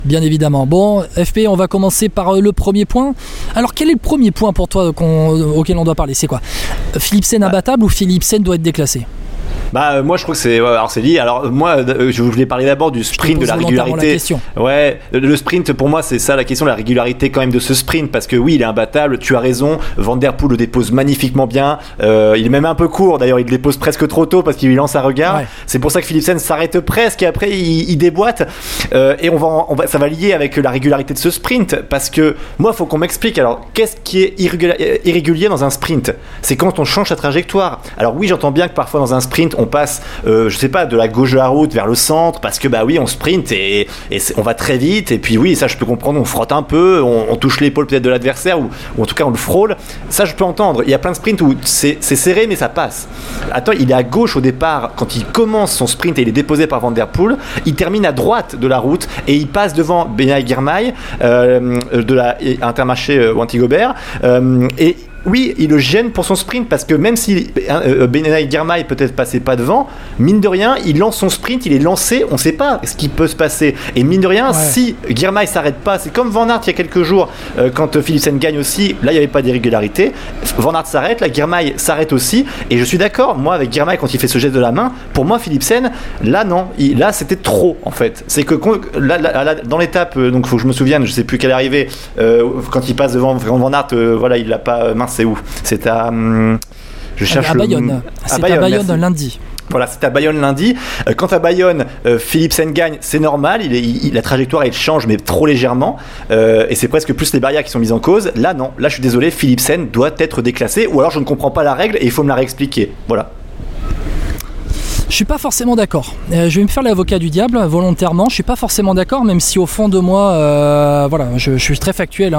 Bien évidemment. Bon, FP, on va commencer par le premier point. Alors, quel est le premier point pour toi auquel on doit parler? C'est quoi? Philipsen imbattable ou Philipsen doit être déclassé? Moi je crois que c'est alors c'est lié. Alors moi je voulais parler d'abord du sprint, de la régularité. Ouais, le sprint pour moi c'est ça la question, la régularité quand même de ce sprint, parce que oui il est imbattable, tu as raison, Van Der Poel le dépose magnifiquement bien, il est même un peu court d'ailleurs, il le dépose presque trop tôt parce qu'il lui lance un regard. Ouais. C'est pour ça que Philipsen s'arrête presque et après il déboîte et on va ça va lier avec la régularité de ce sprint, parce que moi faut qu'on m'explique alors qu'est-ce qui est irrégulier dans un sprint. C'est quand on change sa trajectoire. Alors oui j'entends bien que parfois dans un sprint on passe, je sais pas, de la gauche de la route vers le centre, parce que bah oui, on sprint et on va très vite, et puis oui, ça je peux comprendre, on frotte un peu, on touche l'épaule peut-être de l'adversaire, ou en tout cas on le frôle, ça je peux entendre. Il y a plein de sprints où c'est serré mais ça passe. Attends, il est à gauche au départ, quand il commence son sprint et il est déposé par Van Der Poel, il termine à droite de la route et il passe devant Benaï Girmay de la Intermarché Wanty-Gobert et oui, il le gêne pour son sprint, parce que même si Benaï Girmay peut-être passait pas devant, mine de rien, il lance son sprint, il est lancé, on sait pas ce qui peut se passer. Et mine de rien, si Girmay s'arrête pas, c'est comme Van Aert il y a quelques jours, quand Philipsen gagne aussi, là il n'y avait pas d'irrégularité. Van Aert s'arrête, là Girmay s'arrête aussi, et je suis d'accord, moi avec Girmay quand il fait ce geste de la main, pour moi Philipsen, là non, là c'était trop en fait. C'est que là, dans l'étape, donc faut que je me souvienne, je sais plus quelle est arrivée, quand il passe devant Van Aert, voilà, il l'a pas mince. C'est où? C'est à. Je cherche à Bayonne. C'est à Bayonne lundi. Voilà, c'est à Bayonne lundi. Quant à Bayonne, Philipsen gagne, c'est normal. La trajectoire elle change, mais trop légèrement. Et c'est presque plus les barrières qui sont mises en cause. Là, non. Là, je suis désolé, Philipsen doit être déclassé. Ou alors, je ne comprends pas la règle et il faut me la réexpliquer. Voilà. Je suis pas forcément d'accord. Je vais me faire l'avocat du diable volontairement. Je suis pas forcément d'accord, même si au fond de moi, voilà, je suis très factuel.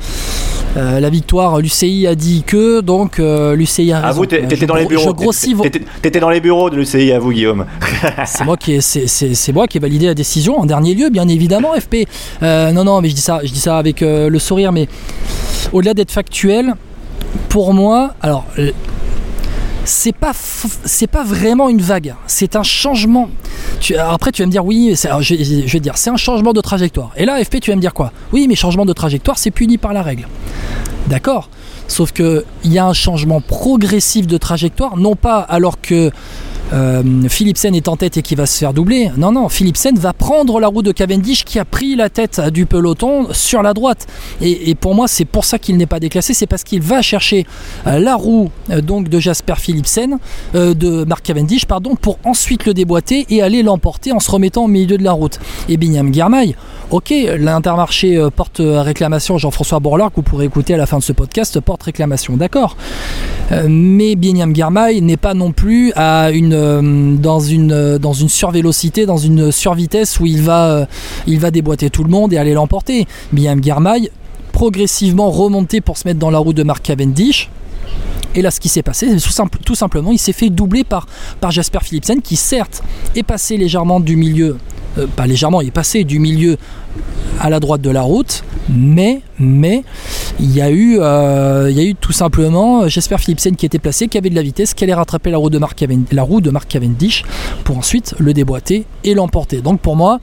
La victoire, l'UCI a dit que, donc l'UCI a raison. Ah vous, t'étais dans les bureaux. T'étais dans les bureaux de l'UCI, à vous, Guillaume. C'est moi qui ai validé la décision en dernier lieu, bien évidemment, FP. Non, mais je dis ça avec le sourire, mais au-delà d'être factuel, pour moi, alors. C'est pas vraiment une vague, c'est un changement. Après tu vas me dire oui, je vais te dire c'est un changement de trajectoire. Et là FP tu vas me dire quoi? Oui mais changement de trajectoire c'est puni par la règle. D'accord. Sauf qu'il y a un changement progressif de trajectoire, non pas alors que Philipsen est en tête et qui va se faire doubler. Non, Philipsen va prendre la roue de Cavendish qui a pris la tête du peloton sur la droite. Et pour moi, c'est pour ça qu'il n'est pas déclassé, c'est parce qu'il va chercher la roue donc de Jasper Philipsen, de Mark Cavendish, pardon, pour ensuite le déboîter et aller l'emporter en se remettant au milieu de la route. Et Benaï Girmay, ok, l'Intermarché porte réclamation, Jean-François Bourlard, que vous pourrez écouter à la fin de ce podcast, porte réclamation, d'accord. Mais Benaï Girmay n'est pas non plus à dans une survélocité, dans une survitesse où il va déboîter tout le monde et aller l'emporter. Benaï Girmay progressivement remonté pour se mettre dans la roue de Mark Cavendish. Et là, ce qui s'est passé, c'est tout simplement, il s'est fait doubler par Jasper Philipsen, qui certes est passé légèrement du milieu, pas légèrement, il est passé du milieu à la droite de la route, mais il y a eu tout simplement Jasper Philipsen qui était placé, qui avait de la vitesse, qui allait rattraper la roue de Mark Cavendish pour ensuite le déboîter et l'emporter. Donc pour moi,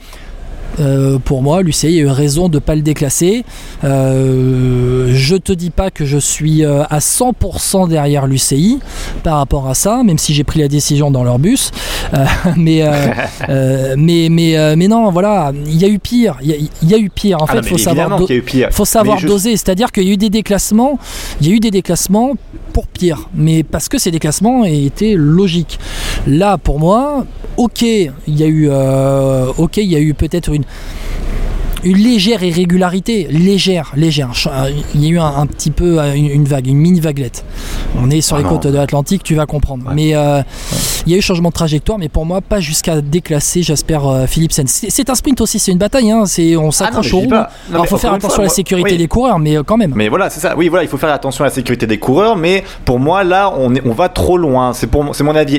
l'UCI a eu raison de ne pas le déclasser. Je te dis pas que je suis à 100% derrière l'UCI par rapport à ça, même si j'ai pris la décision dans leur bus. Mais non, voilà, il y a eu pire. Il y a eu pire. En fait, faut savoir doser. C'est-à-dire qu'il y a eu des déclassements. Pour pire, mais parce que ces déclassements étaient logiques. Là, pour moi, il y a eu peut-être une légère irrégularité, légère. Il y a eu un petit peu une vague, une mini vaguelette. On est sur les côtes de l'Atlantique, tu vas comprendre. Ouais. Mais il y a eu changement de trajectoire, mais pour moi, pas jusqu'à déclasser Jasper Philipsen. C'est un sprint aussi, c'est une bataille. On s'accroche au roue. Alors, il faut faire attention à la sécurité des coureurs, mais quand même. Mais voilà, c'est ça. Oui, voilà, il faut faire attention à la sécurité des coureurs, mais pour moi, là, on va trop loin. C'est mon avis.